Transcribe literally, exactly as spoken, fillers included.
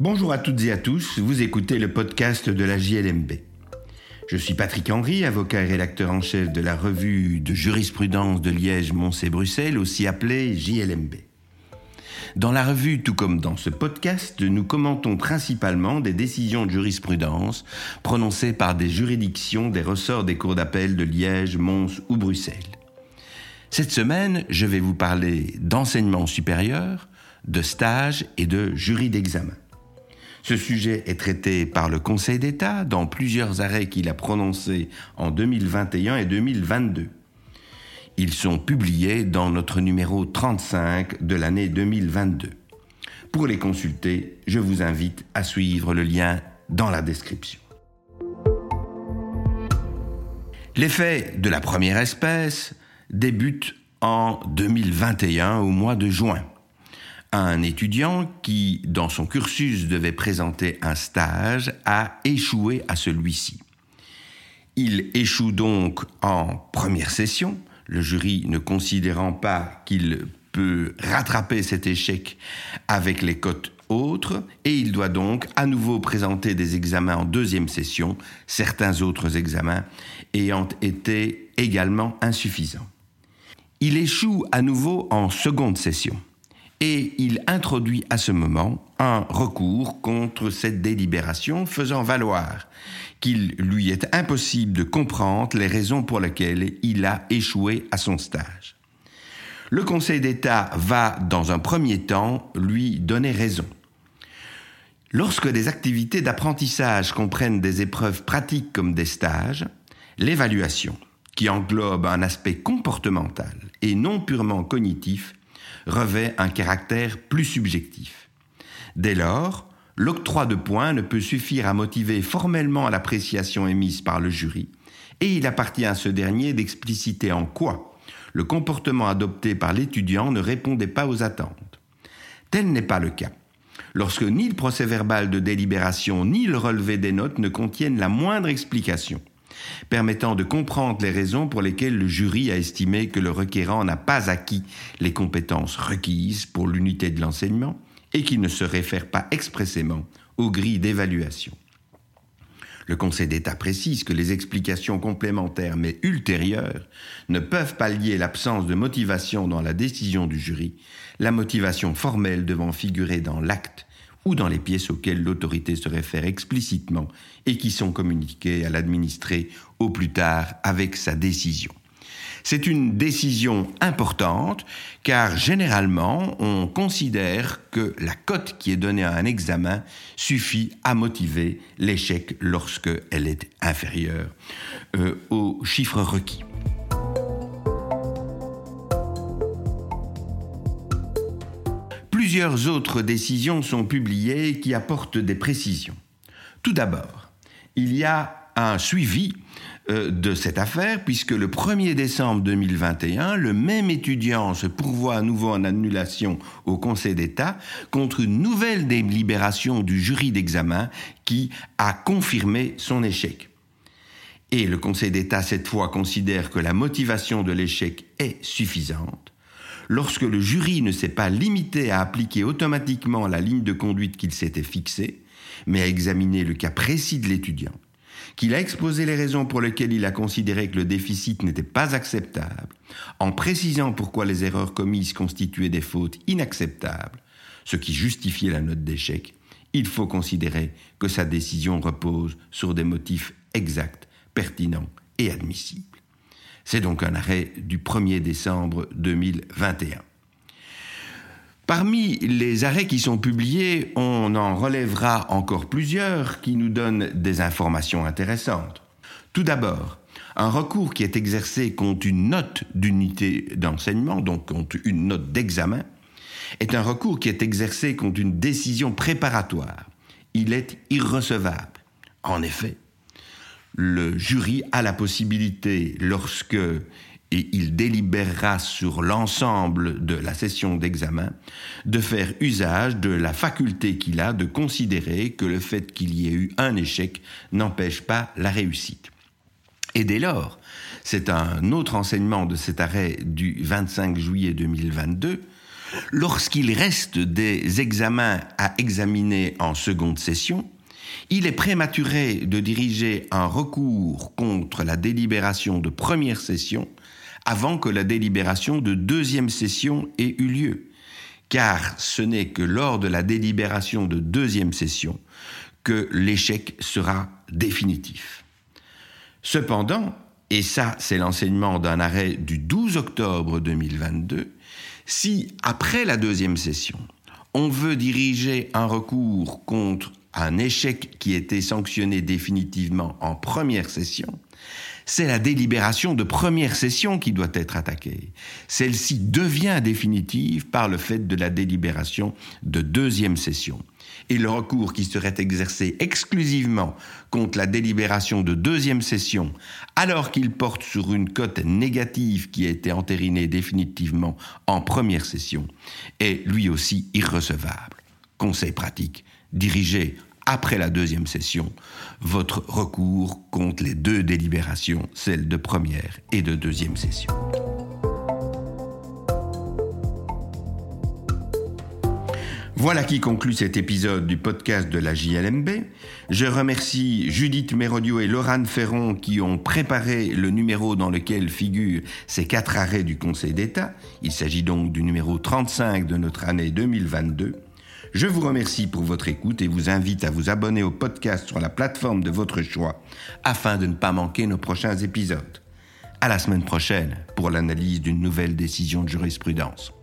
Bonjour à toutes et à tous, vous écoutez le podcast de la J L M B. Je suis Patrick Henry, avocat et rédacteur en chef de la revue de jurisprudence de Liège, Mons et Bruxelles, aussi appelée J L M B. Dans la revue, tout comme dans ce podcast, nous commentons principalement des décisions de jurisprudence prononcées par des juridictions des ressorts des cours d'appel de Liège, Mons ou Bruxelles. Cette semaine, je vais vous parler d'enseignement supérieur, de stage et de jury d'examen. Ce sujet est traité par le Conseil d'État dans plusieurs arrêts qu'il a prononcés en deux mille vingt et un et deux mille vingt-deux. Ils sont publiés dans notre numéro trente-cinq de l'année deux mille vingt-deux. Pour les consulter, je vous invite à suivre le lien dans la description. Les faits de la première espèce débutent en deux mille vingt et un au mois de juin. Un étudiant qui, dans son cursus, devait présenter un stage, a échoué à celui-ci. Il échoue donc en première session, le jury ne considérant pas qu'il peut rattraper cet échec avec les cotes autres, et il doit donc à nouveau présenter des examens en deuxième session, certains autres examens ayant été également insuffisants. Il échoue à nouveau en seconde session. Et il introduit à ce moment un recours contre cette délibération, faisant valoir qu'il lui est impossible de comprendre les raisons pour lesquelles il a échoué à son stage. Le Conseil d'État va, dans un premier temps, lui donner raison. Lorsque des activités d'apprentissage comprennent des épreuves pratiques comme des stages, l'évaluation, qui englobe un aspect comportemental et non purement cognitif, revêt un caractère plus subjectif. Dès lors, l'octroi de points ne peut suffire à motiver formellement l'appréciation émise par le jury, et il appartient à ce dernier d'expliciter en quoi le comportement adopté par l'étudiant ne répondait pas aux attentes. Tel n'est pas le cas, lorsque ni le procès-verbal de délibération ni le relevé des notes ne contiennent la moindre explication permettant de comprendre les raisons pour lesquelles le jury a estimé que le requérant n'a pas acquis les compétences requises pour l'unité de l'enseignement et qui ne se réfère pas expressément aux grilles d'évaluation. Le Conseil d'État précise que les explications complémentaires mais ultérieures ne peuvent pallier l'absence de motivation dans la décision du jury, la motivation formelle devant figurer dans l'acte ou dans les pièces auxquelles l'autorité se réfère explicitement et qui sont communiquées à l'administré au plus tard avec sa décision. C'est une décision importante car généralement on considère que la cote qui est donnée à un examen suffit à motiver l'échec lorsqu'elle est inférieure euh, au chiffre requis. Plusieurs autres décisions sont publiées qui apportent des précisions. Tout d'abord, il y a un suivi euh, de cette affaire puisque le premier décembre deux mille vingt et un, le même étudiant se pourvoit à nouveau en annulation au Conseil d'État contre une nouvelle délibération du jury d'examen qui a confirmé son échec. Et le Conseil d'État, cette fois, considère que la motivation de l'échec est suffisante. Lorsque le jury ne s'est pas limité à appliquer automatiquement la ligne de conduite qu'il s'était fixée, mais à examiner le cas précis de l'étudiant, qu'il a exposé les raisons pour lesquelles il a considéré que le déficit n'était pas acceptable, en précisant pourquoi les erreurs commises constituaient des fautes inacceptables, ce qui justifiait la note d'échec, il faut considérer que sa décision repose sur des motifs exacts, pertinents et admissibles. C'est donc un arrêt du premier décembre deux mille vingt et un. Parmi les arrêts qui sont publiés, on en relèvera encore plusieurs qui nous donnent des informations intéressantes. Tout d'abord, un recours qui est exercé contre une note d'unité d'enseignement, donc contre une note d'examen, est un recours qui est exercé contre une décision préparatoire. Il est irrecevable. En effet, le jury a la possibilité, lorsque et il délibérera sur l'ensemble de la session d'examen, de faire usage de la faculté qu'il a de considérer que le fait qu'il y ait eu un échec n'empêche pas la réussite. Et dès lors, c'est un autre enseignement de cet arrêt du vingt-cinq juillet deux mille vingt-deux, Lorsqu'il reste des examens à examiner en seconde session, il est prématuré de diriger un recours contre la délibération de première session avant que la délibération de deuxième session ait eu lieu, car ce n'est que lors de la délibération de deuxième session que l'échec sera définitif. Cependant, et ça c'est l'enseignement d'un arrêt du douze octobre deux mille vingt-deux, si après la deuxième session, on veut diriger un recours contre un échec qui était sanctionné définitivement en première session, c'est la délibération de première session qui doit être attaquée. Celle-ci devient définitive par le fait de la délibération de deuxième session. Et le recours qui serait exercé exclusivement contre la délibération de deuxième session, alors qu'il porte sur une cote négative qui a été entérinée définitivement en première session, est lui aussi irrecevable. Conseil pratique, dirigez après la deuxième session votre recours contre les deux délibérations, celle de première et de deuxième session. Voilà qui conclut cet épisode du podcast de la J L M B. Je remercie Judith Mérodio et Laurane Ferron qui ont préparé le numéro dans lequel figurent ces quatre arrêts du Conseil d'État. Il s'agit donc du numéro trente-cinq de notre année deux mille vingt-deux. Je vous remercie pour votre écoute et vous invite à vous abonner au podcast sur la plateforme de votre choix afin de ne pas manquer nos prochains épisodes. À la semaine prochaine pour l'analyse d'une nouvelle décision de jurisprudence.